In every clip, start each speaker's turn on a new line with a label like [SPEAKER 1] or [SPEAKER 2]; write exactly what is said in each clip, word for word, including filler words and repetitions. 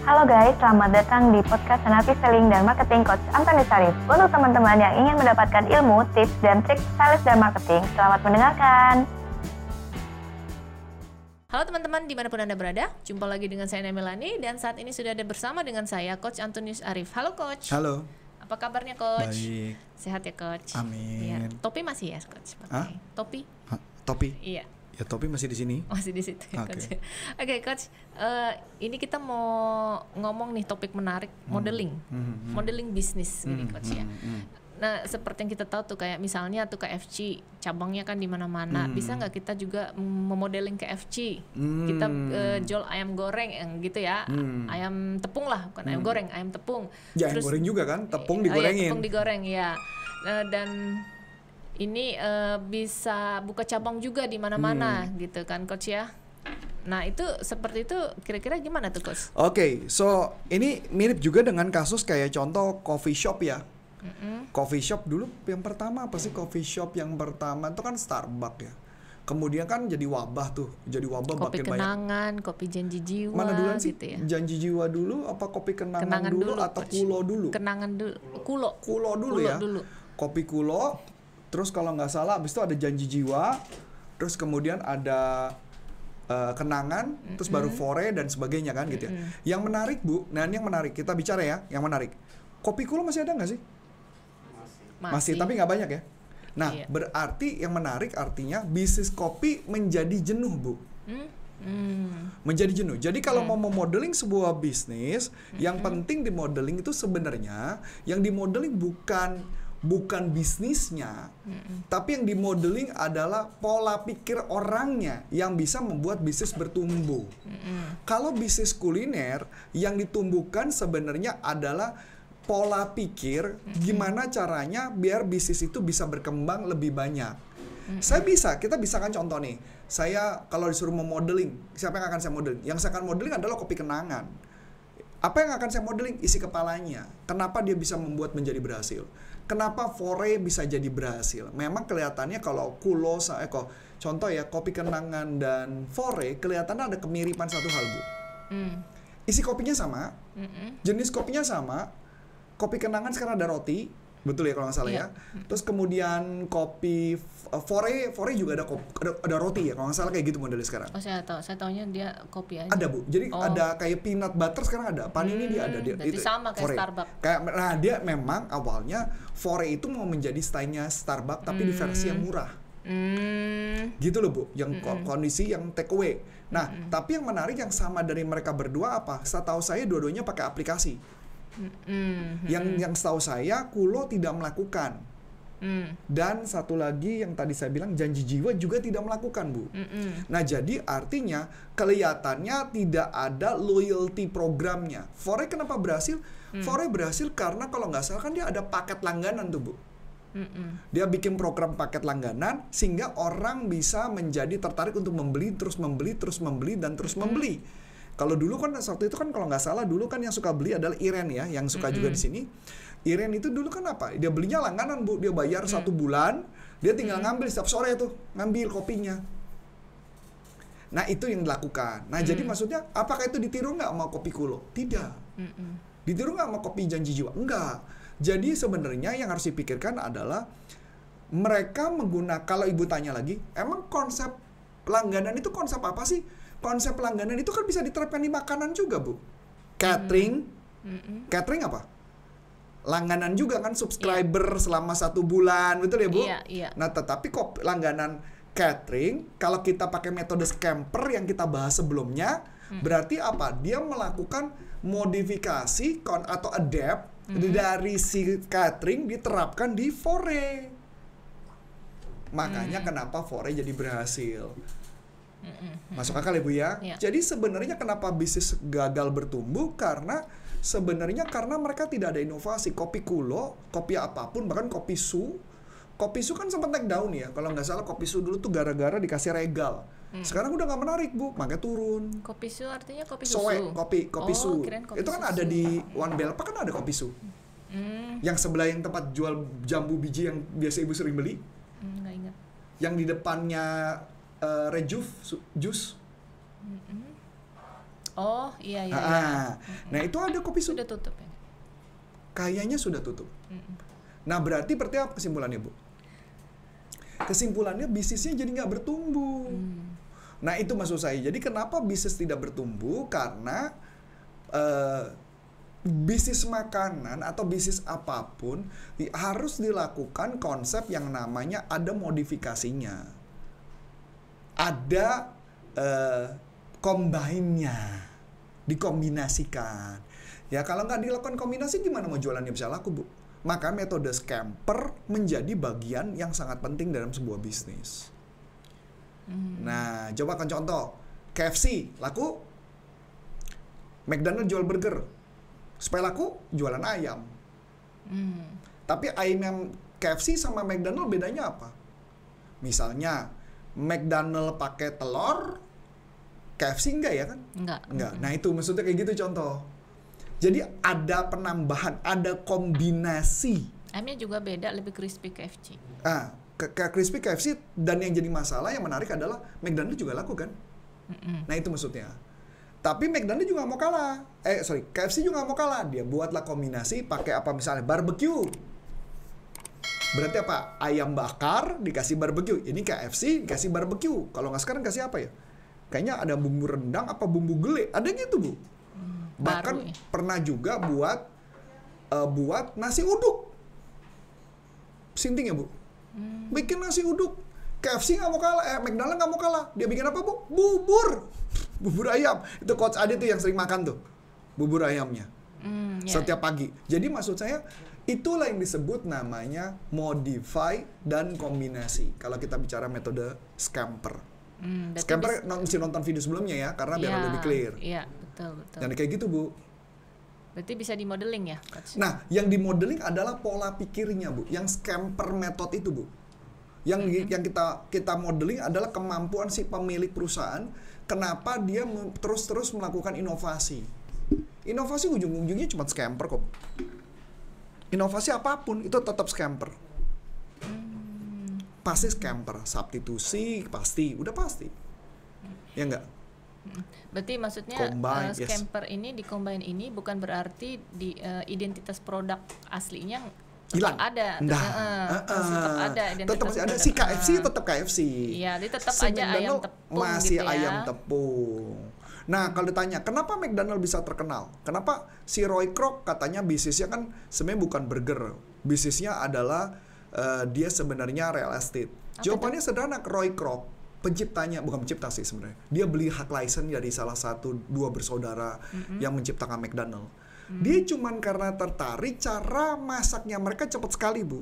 [SPEAKER 1] Halo guys, selamat datang di podcast Senapi Selling dan Marketing Coach Antoni Sarif. Untuk teman-teman yang ingin mendapatkan ilmu, tips, dan trik sales dan marketing, selamat mendengarkan.
[SPEAKER 2] Halo teman-teman, dimanapun Anda berada, jumpa lagi dengan saya Melani dan saat ini sudah ada bersama dengan saya Coach Antonius Arif. Halo Coach.
[SPEAKER 3] Halo.
[SPEAKER 2] Apa kabarnya Coach?
[SPEAKER 3] Baik.
[SPEAKER 2] Sehat ya Coach?
[SPEAKER 3] Amin.
[SPEAKER 2] Ya. Topi masih ya Coach?
[SPEAKER 3] Hah?
[SPEAKER 2] Topi?
[SPEAKER 3] Hah, topi?
[SPEAKER 2] Iya.
[SPEAKER 3] Ya topi masih di sini.
[SPEAKER 2] Masih di situ ya
[SPEAKER 3] Oke.
[SPEAKER 2] Coach. Oke okay, Coach, uh, ini kita mau ngomong nih topik menarik, modeling,
[SPEAKER 3] Hmm, hmm,
[SPEAKER 2] modeling bisnis
[SPEAKER 3] hmm,
[SPEAKER 2] ini Coach ya.
[SPEAKER 3] hmm, hmm.
[SPEAKER 2] Nah, seperti yang kita tahu tuh kayak misalnya tuh K F C, cabangnya kan di mana-mana.
[SPEAKER 3] Hmm.
[SPEAKER 2] Bisa nggak kita juga memodeling K F C?
[SPEAKER 3] Hmm.
[SPEAKER 2] Kita uh, jual ayam goreng yang gitu ya.
[SPEAKER 3] Hmm.
[SPEAKER 2] Ayam tepung lah, bukan ayam
[SPEAKER 3] Hmm.
[SPEAKER 2] goreng, ayam tepung.
[SPEAKER 3] Ya, ayam goreng juga kan, tepung
[SPEAKER 2] Oh,
[SPEAKER 3] digorengin.
[SPEAKER 2] ya, tepung digoreng ya. Uh, dan ini uh, bisa buka cabang juga di mana-mana
[SPEAKER 3] Hmm.
[SPEAKER 2] gitu kan Coach ya. Nah, itu seperti itu kira-kira gimana tuh Coach?
[SPEAKER 3] Oke, okay, so ini mirip juga dengan kasus kayak contoh coffee shop ya.
[SPEAKER 2] Mm-mm.
[SPEAKER 3] Coffee shop dulu yang pertama apa sih coffee shop yang pertama itu kan Starbucks ya. Kemudian kan jadi wabah tuh, jadi wabah
[SPEAKER 2] Kopi
[SPEAKER 3] makin banyak.
[SPEAKER 2] kenangan, kopi janji jiwa
[SPEAKER 3] Mana duluan sih?
[SPEAKER 2] gitu ya.
[SPEAKER 3] Janji jiwa dulu apa kopi kenangan,
[SPEAKER 2] Kenangan
[SPEAKER 3] dulu,
[SPEAKER 2] dulu,
[SPEAKER 3] atau
[SPEAKER 2] Coach.
[SPEAKER 3] kulo dulu?
[SPEAKER 2] Kenangan dulu. Kulo.
[SPEAKER 3] Kulo dulu
[SPEAKER 2] Kulo
[SPEAKER 3] ya.
[SPEAKER 2] dulu.
[SPEAKER 3] Kopi kulo, terus kalau nggak salah abis itu ada janji jiwa, terus kemudian ada uh, kenangan, mm-hmm. terus baru fore dan sebagainya kan gitu ya.
[SPEAKER 2] Mm-hmm.
[SPEAKER 3] Yang menarik Bu, nah ini yang menarik, kita bicara ya, yang menarik. Kopi kulo masih ada nggak sih?
[SPEAKER 2] Masih.
[SPEAKER 3] Masih, tapi nggak banyak ya. Nah,
[SPEAKER 2] Iya.
[SPEAKER 3] berarti yang menarik artinya bisnis kopi menjadi jenuh Bu.
[SPEAKER 2] Hmm? Hmm.
[SPEAKER 3] Menjadi jenuh. Jadi kalau
[SPEAKER 2] Hmm.
[SPEAKER 3] mau memodeling sebuah bisnis,
[SPEAKER 2] Hmm.
[SPEAKER 3] yang penting di modeling itu sebenarnya yang di modeling bukan bukan bisnisnya,
[SPEAKER 2] Hmm.
[SPEAKER 3] tapi yang di modeling adalah pola pikir orangnya yang bisa membuat bisnis bertumbuh.
[SPEAKER 2] Hmm.
[SPEAKER 3] Kalau bisnis kuliner yang ditumbuhkan sebenarnya adalah pola pikir gimana caranya biar bisnis itu bisa berkembang lebih banyak. Saya bisa, kita bisa kan contoh nih. Saya kalau disuruh memodeling, siapa yang akan saya modeling? Yang saya akan modeling adalah kopi kenangan. Apa yang akan saya modeling? Isi kepalanya. Kenapa dia bisa membuat menjadi berhasil? Kenapa fore bisa jadi berhasil? Memang kelihatannya kalau kulo, eh kok contoh ya kopi kenangan dan fore kelihatannya ada kemiripan satu hal Bu.
[SPEAKER 2] Hmm.
[SPEAKER 3] Isi kopinya sama,
[SPEAKER 2] Hmm.
[SPEAKER 3] jenis kopinya sama. Kopi kenangan sekarang ada roti, betul ya kalau nggak salah
[SPEAKER 2] Iya.
[SPEAKER 3] ya. Terus kemudian kopi uh, fore, fore juga ada, kop, ada ada roti ya kalau nggak salah kayak gitu modelnya sekarang.
[SPEAKER 2] Oh, saya tahu. Saya taunya dia kopi aja.
[SPEAKER 3] Ada Bu, jadi
[SPEAKER 2] Oh.
[SPEAKER 3] ada kayak peanut butter sekarang ada, panini
[SPEAKER 2] Hmm,
[SPEAKER 3] dia ada dia.
[SPEAKER 2] berarti sama kayak
[SPEAKER 3] fore.
[SPEAKER 2] Starbucks.
[SPEAKER 3] Kayak, nah dia memang awalnya fore itu mau menjadi stylenya Starbucks tapi di versi yang murah.
[SPEAKER 2] Hmm.
[SPEAKER 3] Gitu loh Bu, yang ko-
[SPEAKER 2] Mm-mm.
[SPEAKER 3] kondisi yang take away. Nah,
[SPEAKER 2] Mm-mm.
[SPEAKER 3] tapi yang menarik yang sama dari mereka berdua apa? Setahu saya dua-duanya pakai aplikasi.
[SPEAKER 2] Hmm.
[SPEAKER 3] Yang yang setahu saya Kulo tidak melakukan.
[SPEAKER 2] Hmm.
[SPEAKER 3] Dan satu lagi yang tadi saya bilang janji jiwa juga tidak melakukan Bu.
[SPEAKER 2] Hmm.
[SPEAKER 3] Nah jadi artinya kelihatannya tidak ada loyalty programnya. Fore kenapa berhasil?
[SPEAKER 2] Hmm.
[SPEAKER 3] Fore berhasil karena kalau nggak salah kan dia ada paket langganan tuh Bu.
[SPEAKER 2] Hmm.
[SPEAKER 3] Dia bikin program paket langganan sehingga orang bisa menjadi tertarik untuk membeli, terus membeli, terus membeli, dan terus membeli. Kalau dulu kan waktu itu kan kalau nggak salah dulu kan yang suka beli adalah Iren ya, yang suka juga di sini. Iren itu dulu kan apa? Dia belinya langganan Bu, dia bayar satu bulan, dia tinggal ngambil setiap sore tuh, ngambil kopinya. Nah itu yang dilakukan. Nah jadi maksudnya apakah itu ditiru nggak sama kopi Kulo? Tidak.
[SPEAKER 2] Hmm.
[SPEAKER 3] Ditiru nggak sama kopi janji jiwa? Enggak. Jadi sebenarnya yang harus dipikirkan adalah mereka menggunakan, kalau ibu tanya lagi, emang konsep langganan itu konsep apa sih? Konsep langganan itu kan bisa diterapkan di makanan juga Bu. Catering,
[SPEAKER 2] Hmm.
[SPEAKER 3] catering apa? Langganan juga kan subscriber selama satu bulan, betul ya Bu?
[SPEAKER 2] Iya, iya.
[SPEAKER 3] Nah tetapi kok langganan catering, kalau kita pakai metode scamper yang kita bahas sebelumnya, berarti apa? Dia melakukan modifikasi kon atau adapt dari si catering diterapkan di fore. Makanya kenapa fore jadi berhasil. Masuk akal ya Bu ya?
[SPEAKER 2] Iya.
[SPEAKER 3] Jadi sebenarnya kenapa bisnis gagal bertumbuh karena sebenarnya karena mereka tidak ada inovasi. Kopi Kulo, kopi apapun, bahkan kopi Su, kopi Su kan sempat naik daun ya. Kalau nggak salah kopi Su dulu tuh gara-gara dikasih regal. Sekarang udah nggak menarik Bu, makanya turun.
[SPEAKER 2] Kopi su artinya kopi susu.
[SPEAKER 3] Soe, kopi kopi
[SPEAKER 2] Oh,
[SPEAKER 3] Su.
[SPEAKER 2] kirain kopi
[SPEAKER 3] Itu kan
[SPEAKER 2] susu.
[SPEAKER 3] ada di One Belpa kan ada kopi Su.
[SPEAKER 2] Hmm.
[SPEAKER 3] Yang sebelah yang tempat jual jambu biji yang biasa ibu sering beli,
[SPEAKER 2] Hmm, nggak ingat.
[SPEAKER 3] yang di depannya uh, Rejuve su- Jus.
[SPEAKER 2] Oh iya iya.
[SPEAKER 3] Ah,
[SPEAKER 2] iya.
[SPEAKER 3] Nah itu ada kopi susu.
[SPEAKER 2] Sudah tutup ya.
[SPEAKER 3] Kayaknya sudah tutup.
[SPEAKER 2] Mm-mm.
[SPEAKER 3] Nah berarti berarti apa kesimpulannya Bu? Kesimpulannya bisnisnya jadi nggak bertumbuh.
[SPEAKER 2] Hmm.
[SPEAKER 3] Nah itu maksud saya. Jadi kenapa bisnis tidak bertumbuh? Karena uh, bisnis makanan atau bisnis apapun di, harus dilakukan konsep yang namanya ada modifikasinya, ada uh, combine-nya, dikombinasikan. Ya kalau nggak dilakukan kombinasi gimana mau jualannya bisa laku Bu? Maka metode scamper menjadi bagian yang sangat penting dalam sebuah bisnis.
[SPEAKER 2] Hmm.
[SPEAKER 3] Nah, coba kan contoh, K F C laku, McDonald jual burger, supaya laku jualan ayam.
[SPEAKER 2] Hmm.
[SPEAKER 3] Tapi ayam yang K F C sama McDonald bedanya apa? Misalnya McDonald pakai telur, K F C enggak ya kan?
[SPEAKER 2] Enggak.
[SPEAKER 3] Enggak. Nah itu maksudnya kayak gitu contoh. Jadi ada penambahan, ada kombinasi.
[SPEAKER 2] Ayamnya juga beda, lebih crispy K F C.
[SPEAKER 3] Ah, ke, ke crispy K F C, dan yang jadi masalah yang menarik adalah McDonald juga laku kan?
[SPEAKER 2] Mm-mm.
[SPEAKER 3] Nah itu maksudnya. Tapi McDonald juga mau kalah. Eh sorry, K F C juga mau kalah. Dia buatlah kombinasi pakai apa misalnya barbecue. Berarti apa? Ayam bakar dikasih barbecue. Ini K F C dikasih barbecue. Kalau nggak sekarang kasih apa ya? Kayaknya ada bumbu rendang apa bumbu gulai. Ada gitu Bu.
[SPEAKER 2] Hmm,
[SPEAKER 3] Bahkan
[SPEAKER 2] baru ya.
[SPEAKER 3] pernah juga buat uh, buat nasi uduk. Sinting ya Bu.
[SPEAKER 2] Hmm.
[SPEAKER 3] Bikin nasi uduk. K F C nggak mau kalah, eh McDonald nggak mau kalah. Dia bikin apa Bu? Bubur. Bubur ayam. Itu Coach Adi tuh yang sering makan tuh. Bubur ayamnya.
[SPEAKER 2] Hmm, ya.
[SPEAKER 3] Setiap pagi. Jadi maksud saya itulah yang disebut namanya modify dan kombinasi. Kalau kita bicara metode scamper.
[SPEAKER 2] Hmm, berarti
[SPEAKER 3] Scamper
[SPEAKER 2] bis-
[SPEAKER 3] non- mesti nonton video sebelumnya ya, karena biar
[SPEAKER 2] Iya,
[SPEAKER 3] lebih clear.
[SPEAKER 2] Iya, betul betul.
[SPEAKER 3] Dan kayak gitu Bu.
[SPEAKER 2] Berarti bisa di modeling ya, Coach?
[SPEAKER 3] Nah, yang di modeling adalah pola pikirnya Bu. Yang scamper method itu Bu. Yang
[SPEAKER 2] Mm-hmm.
[SPEAKER 3] yang kita kita modeling adalah kemampuan si pemilik perusahaan. Kenapa dia me- terus-terus melakukan inovasi? Inovasi ujung-ujungnya cuma scamper kok. Inovasi apapun itu tetap scamper.
[SPEAKER 2] Hmm.
[SPEAKER 3] Pasti scamper, substitusi pasti, udah pasti. Ya enggak?
[SPEAKER 2] Berarti maksudnya
[SPEAKER 3] Combine,
[SPEAKER 2] uh,
[SPEAKER 3] yes.
[SPEAKER 2] scamper ini di combine ini bukan berarti di uh, identitas produk aslinya
[SPEAKER 3] Hilang.
[SPEAKER 2] tetap ada.
[SPEAKER 3] Nah,
[SPEAKER 2] Uh,
[SPEAKER 3] uh,
[SPEAKER 2] tetap ada identitas
[SPEAKER 3] tetap masih ada.
[SPEAKER 2] produk.
[SPEAKER 3] Si K F C
[SPEAKER 2] Uh,
[SPEAKER 3] tetap K F C.
[SPEAKER 2] Iya, dia tetap
[SPEAKER 3] Si
[SPEAKER 2] aja ayam
[SPEAKER 3] McDonald
[SPEAKER 2] tepung
[SPEAKER 3] masih
[SPEAKER 2] gitu ya.
[SPEAKER 3] ayam tepung. Nah, kalau ditanya kenapa McDonald bisa terkenal? Kenapa si Roy Kroc katanya bisnisnya kan sebenarnya bukan burger. Bisnisnya adalah uh, dia sebenarnya real estate.
[SPEAKER 2] Apa
[SPEAKER 3] Jawabannya sederhana, Roy Kroc penciptanya, bukan pencipta sih sebenarnya. Dia beli hak license dari salah satu dua bersaudara
[SPEAKER 2] Mm-mm.
[SPEAKER 3] yang menciptakan McDonald.
[SPEAKER 2] Hmm.
[SPEAKER 3] Dia cuman karena tertarik cara masaknya mereka cepat sekali Bu.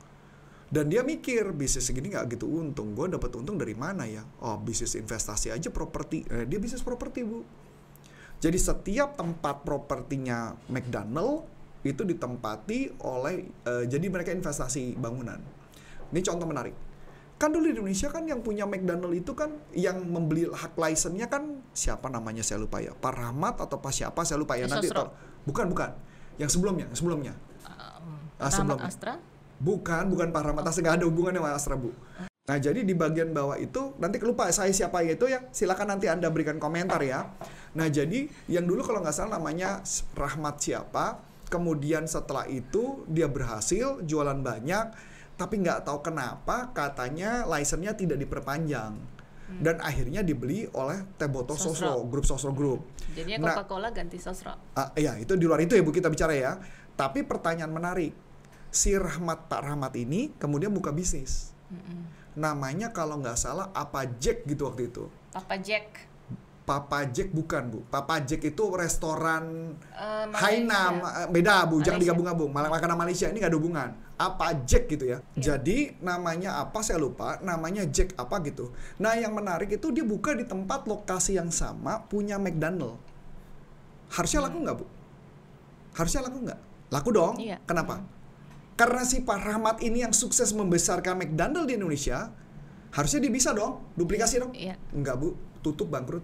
[SPEAKER 3] Dan dia mikir bisnis segini nggak gitu untung, gue dapat untung dari mana ya? Oh bisnis investasi aja properti, eh, dia bisnis properti Bu. Jadi setiap tempat propertinya McDonald itu ditempati oleh, eh, jadi mereka investasi bangunan. Ini contoh menarik. Kan dulu di Indonesia kan yang punya McDonald itu kan yang membeli hak license-nya kan siapa namanya saya lupa ya, Pak Rahmat atau Pak siapa saya lupa ya nanti.
[SPEAKER 2] Sosro.
[SPEAKER 3] Tar- bukan bukan, yang sebelumnya, yang sebelumnya.
[SPEAKER 2] Um,
[SPEAKER 3] Ah,
[SPEAKER 2] Rahmat
[SPEAKER 3] sebelumnya.
[SPEAKER 2] Astra?
[SPEAKER 3] Bukan, bukan Pak Rahmat Astra, nggak ada hubungannya sama Astra Bu. Nah jadi di bagian bawah itu nanti lupa saya siapa ya itu ya, silakan nanti Anda berikan komentar ya. Nah jadi yang dulu kalau nggak salah namanya Rahmat siapa, kemudian setelah itu dia berhasil jualan banyak, tapi nggak tahu kenapa katanya license-nya tidak diperpanjang. Dan akhirnya dibeli oleh Teboto Sosro,
[SPEAKER 2] Sosro.
[SPEAKER 3] grup Sosro Group.
[SPEAKER 2] Jadinya
[SPEAKER 3] Nah,
[SPEAKER 2] Coca-Cola ganti Sosro.
[SPEAKER 3] Ah, ya itu di luar itu ya Bu kita bicara ya. Tapi pertanyaan menarik, si Rahmat Pak Rahmat ini kemudian buka bisnis.
[SPEAKER 2] Mm-mm.
[SPEAKER 3] Namanya kalau nggak salah apa Jack gitu waktu itu.
[SPEAKER 2] Papa Jack.
[SPEAKER 3] Papa Jack bukan Bu. Papa Jack itu restoran
[SPEAKER 2] Uh,
[SPEAKER 3] Hainam,
[SPEAKER 2] Malaysia.
[SPEAKER 3] eh, beda Bu, jangan
[SPEAKER 2] Malaysia.
[SPEAKER 3] digabung-gabung. Malah makanan Malaysia ini nggak ada hubungan. Apa Jack gitu ya. Jadi namanya apa saya lupa, namanya Jack apa gitu. Nah yang menarik itu dia buka di tempat lokasi yang sama punya McDonald. Harusnya laku nggak Bu? Harusnya laku nggak? Laku dong.
[SPEAKER 2] Iya.
[SPEAKER 3] Kenapa? Karena si Pak Rahmat ini yang sukses membesarkan McDonald di Indonesia, harusnya dia bisa dong, duplikasi dong.
[SPEAKER 2] Iya.
[SPEAKER 3] Enggak Bu, tutup bangkrut.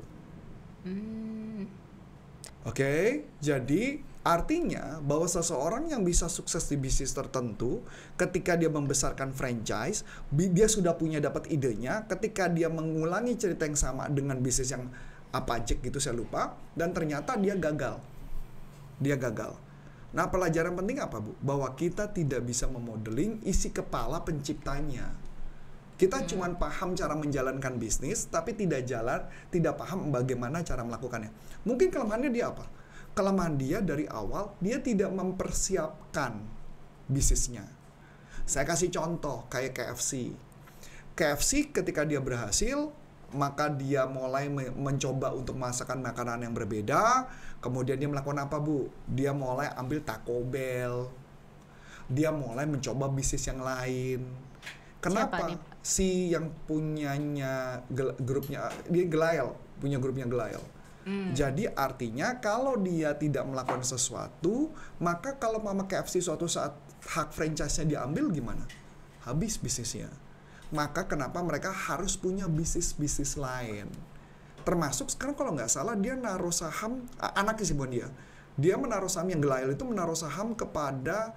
[SPEAKER 2] Hmm.
[SPEAKER 3] Oke, jadi artinya bahwa seseorang yang bisa sukses di bisnis tertentu, ketika dia membesarkan franchise, bi- dia sudah punya dapat idenya, ketika dia mengulangi cerita yang sama dengan bisnis yang apa Jack gitu saya lupa, dan ternyata dia gagal. Dia gagal. Nah, pelajaran penting apa, Bu? Bahwa kita tidak bisa memodeling isi kepala penciptanya. Kita hmm. cuma paham cara menjalankan bisnis, tapi tidak jalan, tidak paham bagaimana cara melakukannya. Mungkin kelemahannya dia apa? Kelemahan dia dari awal, dia tidak mempersiapkan bisnisnya. Saya kasih contoh, kayak K F C. K F C ketika dia berhasil, maka dia mulai mencoba untuk masakan makanan yang berbeda. Kemudian dia melakukan apa, Bu? Dia mulai ambil Taco Bell. Dia mulai mencoba bisnis yang lain. Kenapa? Si yang punyanya grupnya, dia Gelail, punya grupnya Gelail. Hmm. Jadi artinya kalau dia tidak melakukan sesuatu, maka kalau mama K F C suatu saat hak franchise-nya diambil gimana? Habis bisnisnya. Maka kenapa mereka harus punya bisnis-bisnis lain? Termasuk sekarang kalau nggak salah dia naruh saham, anaknya sih bukan dia. Dia menaruh saham yang Gelail itu menaruh saham kepada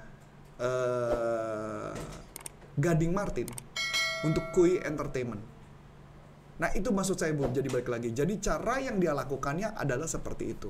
[SPEAKER 3] uh, Gading Martin untuk Kui Entertainment. Nah itu maksud saya, Bu, jadi balik lagi. Jadi cara yang dia lakukannya adalah seperti itu.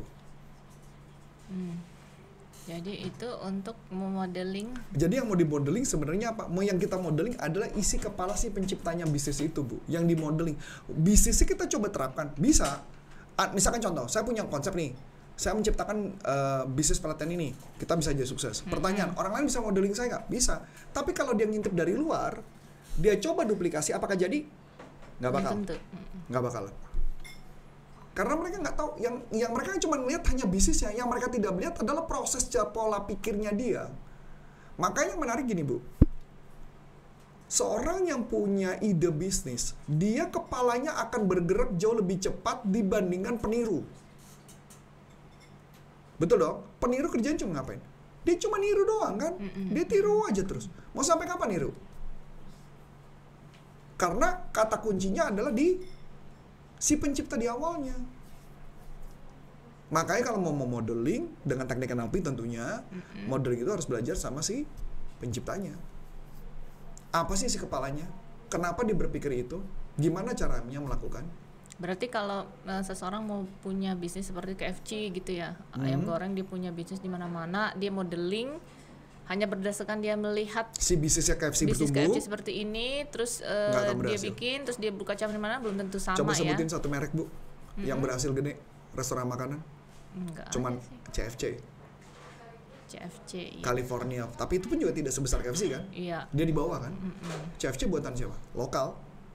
[SPEAKER 2] Hmm. Jadi itu untuk memodeling.
[SPEAKER 3] Jadi yang mau dimodeling sebenarnya apa? Mau yang kita modeling adalah isi kepala si penciptanya bisnis itu, Bu. Yang dimodeling. Bisnisnya kita coba terapkan. Bisa. Misalkan contoh, saya punya konsep nih. Saya menciptakan uh, bisnis pelatihan ini. Kita bisa jadi sukses. Pertanyaan, hmm. orang lain bisa modeling saya nggak? Bisa. Tapi kalau dia ngintip dari luar, dia coba duplikasi, apakah jadi? Nggak bakal. Nggak bakal. Karena mereka nggak tahu, yang yang mereka cuma melihat hanya bisnisnya, yang mereka tidak melihat adalah proses pola pikirnya dia. Makanya menarik gini, Bu. Seorang yang punya ide bisnis, dia kepalanya akan bergerak jauh lebih cepat dibandingkan peniru. Betul dong? Peniru kerjaan cuma ngapain? Dia cuma niru doang kan? Dia tiru aja terus. Mau sampai kapan niru? Karena kata kuncinya adalah di si pencipta di awalnya. Makanya kalau mau modeling dengan teknik N L P tentunya, mm-hmm. modeling itu harus belajar sama si penciptanya. Apa sih si kepalanya? Kenapa dia berpikir itu? Gimana caranya melakukan?
[SPEAKER 2] Berarti kalau uh, seseorang mau punya bisnis seperti K F C gitu ya, mm-hmm. ayam goreng, dia punya bisnis di mana-mana, dia modeling hanya berdasarkan dia melihat
[SPEAKER 3] si bisnisnya K F C
[SPEAKER 2] bisnis
[SPEAKER 3] bertumbuh,
[SPEAKER 2] K F C seperti ini, terus uh, dia bikin, terus dia buka cabang di mana, belum tentu sama.
[SPEAKER 3] Coba
[SPEAKER 2] ya.
[SPEAKER 3] sebutin satu merek, Bu, mm-hmm. yang berhasil gede restoran makanan.
[SPEAKER 2] Enggak,
[SPEAKER 3] cuman C F C.
[SPEAKER 2] C F C. Iya.
[SPEAKER 3] California, tapi itu pun juga tidak sebesar K F C kan?
[SPEAKER 2] Iya.
[SPEAKER 3] Dia di bawah kan?
[SPEAKER 2] Mm-mm.
[SPEAKER 3] C F C buatan siapa? Lokal.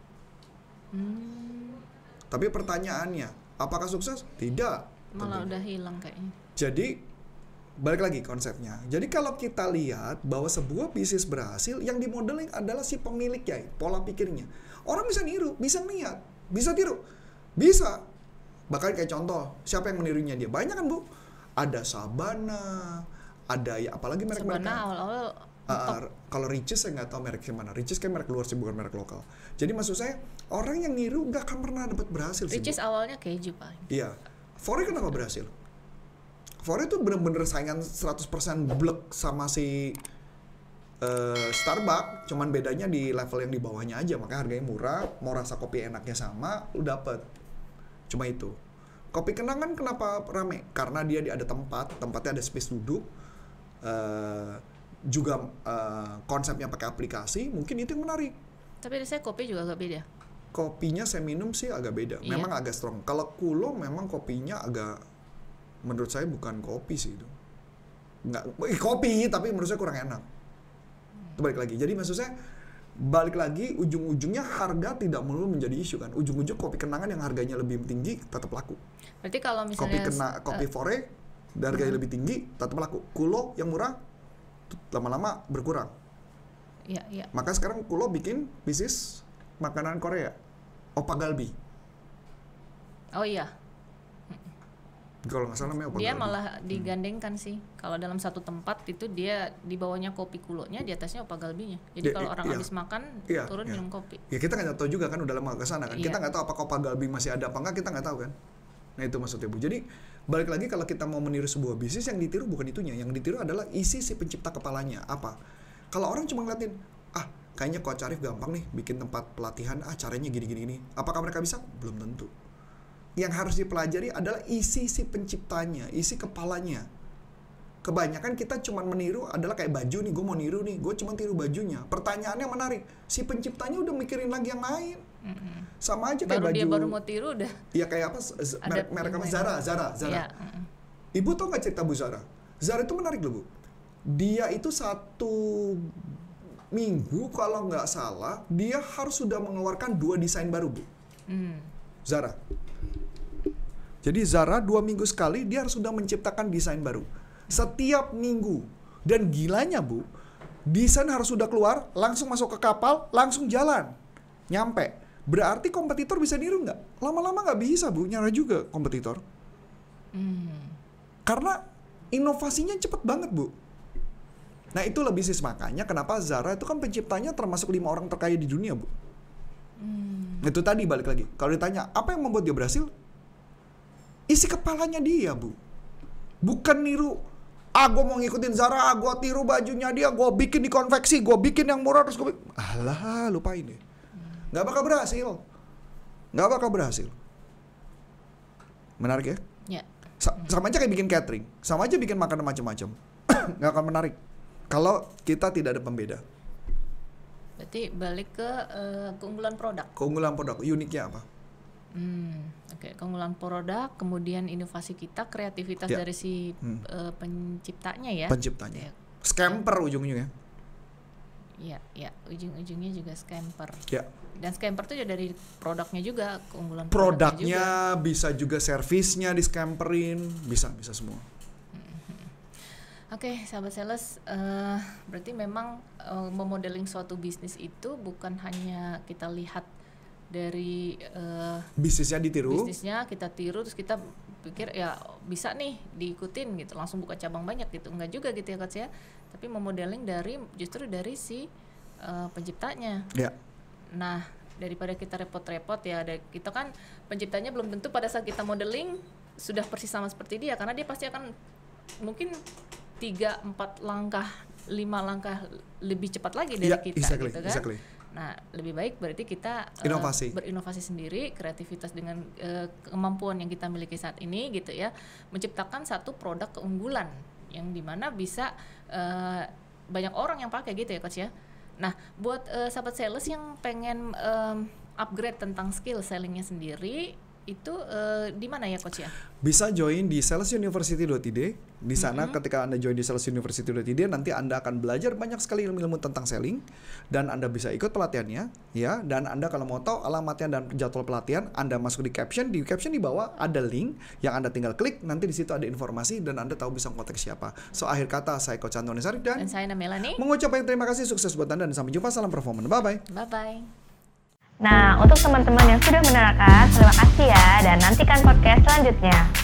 [SPEAKER 2] Hmm.
[SPEAKER 3] Tapi pertanyaannya, apakah sukses? Tidak.
[SPEAKER 2] Malah
[SPEAKER 3] tentunya.
[SPEAKER 2] Udah hilang kayaknya.
[SPEAKER 3] Jadi balik lagi konsepnya. Jadi kalau kita lihat bahwa sebuah bisnis berhasil, yang dimodeling adalah si pemiliknya, pola pikirnya. Orang bisa niru, bisa niat, bisa tiru, bisa. Bahkan kayak contoh, siapa yang menirunya dia? Banyak kan, Bu? Ada Sabana, ada ya apalagi merek-merek.
[SPEAKER 2] Sabana awal-awal.
[SPEAKER 3] Uh, kalau Riches saya nggak tahu mereknya mana. Riches kayak merek luar sih, bukan merek lokal. Jadi maksud saya orang yang niru nggak akan pernah dapat berhasil.
[SPEAKER 2] Riches
[SPEAKER 3] sih,
[SPEAKER 2] awalnya keju paling.
[SPEAKER 3] Iya. Fore kenapa berhasil? Fore itu bener-bener saingan seratus persen blek sama si uh, Starbucks, cuman bedanya di level yang di bawahnya aja, makanya harganya murah, mau rasa kopi enaknya sama, lu dapet. Cuma itu. Kopi kenangan kenapa rame? Karena dia ada tempat, tempatnya ada space duduk, uh, juga uh, konsepnya pakai aplikasi, mungkin itu yang menarik.
[SPEAKER 2] Tapi saya kopi juga agak beda.
[SPEAKER 3] Kopinya saya minum sih agak beda,
[SPEAKER 2] iya.
[SPEAKER 3] memang agak strong. Kalau Kulo memang kopinya agak, menurut saya bukan kopi sih itu. Nggak, eh, kopi tapi menurut saya kurang enak. Itu balik lagi. Jadi maksud saya balik lagi ujung-ujungnya harga tidak melulu menjadi isu kan. Ujung-ujung kopi kenangan yang harganya lebih tinggi tetap laku.
[SPEAKER 2] Berarti kalau misalnya
[SPEAKER 3] kopi kena kopi
[SPEAKER 2] uh,
[SPEAKER 3] Fore harganya uh, lebih tinggi tetap laku. Kulo yang murah lama-lama berkurang.
[SPEAKER 2] Iya, iya.
[SPEAKER 3] Maka sekarang Kulo bikin bisnis makanan Korea. Oppa Galbi.
[SPEAKER 2] Oh iya.
[SPEAKER 3] Kalau nggak salah namanya Oppa
[SPEAKER 2] Dia
[SPEAKER 3] Galbi.
[SPEAKER 2] malah digandengkan hmm. sih. Kalau dalam satu tempat itu dia di bawahnya kopi Kulonya, di atasnya Oppa Galbinya. Jadi
[SPEAKER 3] ya,
[SPEAKER 2] kalau orang
[SPEAKER 3] iya.
[SPEAKER 2] habis makan
[SPEAKER 3] iya,
[SPEAKER 2] turun
[SPEAKER 3] iya.
[SPEAKER 2] minum kopi.
[SPEAKER 3] Ya kita nggak tahu juga kan, udah lama ke sana kan.
[SPEAKER 2] Iya.
[SPEAKER 3] Kita nggak tahu apakah Oppa Galbi masih ada apa enggak, kita nggak tahu kan. Nah itu maksudnya, Bu. Jadi balik lagi kalau kita mau meniru sebuah bisnis, yang ditiru bukan itunya, yang ditiru adalah isi si pencipta kepalanya. Apa? Kalau orang cuma ngeliatin, ah kayaknya Coach Arif gampang nih bikin tempat pelatihan, ah caranya gini-gini. Apakah mereka bisa? Belum tentu. yang harus dipelajari adalah isi si penciptanya, isi kepalanya. Kebanyakan kita cuma meniru adalah kayak baju nih, gue mau niru nih, gue cuma tiru bajunya. Pertanyaannya menarik, si penciptanya udah mikirin lagi yang lain. Mm-hmm. Sama aja kayak
[SPEAKER 2] baru
[SPEAKER 3] baju.
[SPEAKER 2] Dia baru mau tiru udah.
[SPEAKER 3] Iya kayak apa? Z- merek merek apa? Zara, Zara, Zara.
[SPEAKER 2] Ya. Mm-hmm.
[SPEAKER 3] Ibu tau nggak cerita Bu Zara? Zara itu menarik loh Bu. Dia itu satu minggu kalau nggak salah, dia harus sudah mengeluarkan dua desain baru Bu. Mm. Zara. Jadi Zara dua minggu sekali dia harus sudah menciptakan desain baru. Setiap minggu. Dan gilanya Bu, desain harus sudah keluar, langsung masuk ke kapal, langsung jalan. Nyampe. Berarti kompetitor bisa niru nggak? Lama-lama nggak bisa Bu, nyara juga kompetitor. Hmm. Karena inovasinya cepet banget Bu. Nah itulah bisnis, makanya kenapa Zara itu kan penciptanya termasuk lima orang terkaya di dunia Bu. Hmm. Itu tadi balik lagi. Kalau ditanya, apa yang membuat dia berhasil? Isi kepalanya dia Bu. Bukan niru. Ah, gue mau ngikutin Zara, gue tiru bajunya dia, gue bikin di konveksi, gue bikin yang murah, terus gue bikin... Alah, lupain deh. Gak bakal berhasil. Gak bakal berhasil. Menarik ya?
[SPEAKER 2] Ya.
[SPEAKER 3] Sa- sama aja kayak bikin catering. Sama aja bikin makanan macam-macam. Gak akan menarik. Kalau kita tidak ada pembeda.
[SPEAKER 2] Berarti balik ke uh, keunggulan produk.
[SPEAKER 3] Keunggulan produk, uniknya apa?
[SPEAKER 2] Hmm, oke, okay. Keunggulan produk, kemudian inovasi kita, kreativitas
[SPEAKER 3] ya.
[SPEAKER 2] dari si
[SPEAKER 3] hmm.
[SPEAKER 2] uh, penciptanya ya.
[SPEAKER 3] Penciptanya.
[SPEAKER 2] Ya.
[SPEAKER 3] Scamper ujung-ujungnya.
[SPEAKER 2] Iya, ya, ujung-ujungnya juga scamper.
[SPEAKER 3] Ya.
[SPEAKER 2] Dan scamper itu juga dari produknya juga, keunggulan
[SPEAKER 3] produknya,
[SPEAKER 2] produknya juga.
[SPEAKER 3] Bisa juga servisnya di scamperin, bisa, bisa semua.
[SPEAKER 2] Oke, okay, sahabat sales, uh, berarti memang uh, memodeling suatu bisnis itu bukan hanya kita lihat dari uh,
[SPEAKER 3] bisnisnya ditiru,
[SPEAKER 2] bisnisnya kita tiru terus kita pikir ya bisa nih diikutin gitu, langsung buka cabang banyak gitu, enggak juga gitu ya Coach ya, tapi memodeling dari justru dari si uh, penciptanya.
[SPEAKER 3] Ya.
[SPEAKER 2] Nah daripada kita repot-repot ya, ada kita kan penciptanya belum tentu pada saat kita modeling sudah persis sama seperti dia, karena dia pasti akan mungkin tiga empat langkah lima langkah lebih cepat lagi dari
[SPEAKER 3] ya,
[SPEAKER 2] kita
[SPEAKER 3] exactly,
[SPEAKER 2] gitu kan.
[SPEAKER 3] Exactly.
[SPEAKER 2] Nah, lebih baik berarti kita
[SPEAKER 3] Inovasi.
[SPEAKER 2] uh, berinovasi sendiri, kreativitas dengan uh, kemampuan yang kita miliki saat ini gitu ya, menciptakan satu produk keunggulan yang dimana bisa uh, banyak orang yang pakai gitu ya Coach ya. Nah, buat uh, sahabat sales yang pengen um, upgrade tentang skill sellingnya sendiri, itu uh, di mana ya Coach ya?
[SPEAKER 3] Bisa join di sales university dot i d. Di sana
[SPEAKER 2] mm-hmm. ketika
[SPEAKER 3] Anda join di sales university dot i d nanti Anda akan belajar banyak sekali ilmu-ilmu tentang selling dan Anda bisa ikut pelatihannya ya, dan Anda kalau mau tahu alamatnya dan jadwal pelatihan Anda masuk di caption, di caption di bawah ada link yang Anda tinggal klik, nanti di situ ada informasi dan Anda tahu bisa kontak siapa. So akhir kata saya Coach Antoni Sarik dan,
[SPEAKER 2] dan saya Melanie.
[SPEAKER 3] Mengucapkan terima kasih, sukses buat Anda dan sampai jumpa, salam performance. Bye bye.
[SPEAKER 2] Bye bye.
[SPEAKER 1] Nah, untuk teman-teman yang sudah menerangkan, terima kasih ya, dan nantikan podcast selanjutnya.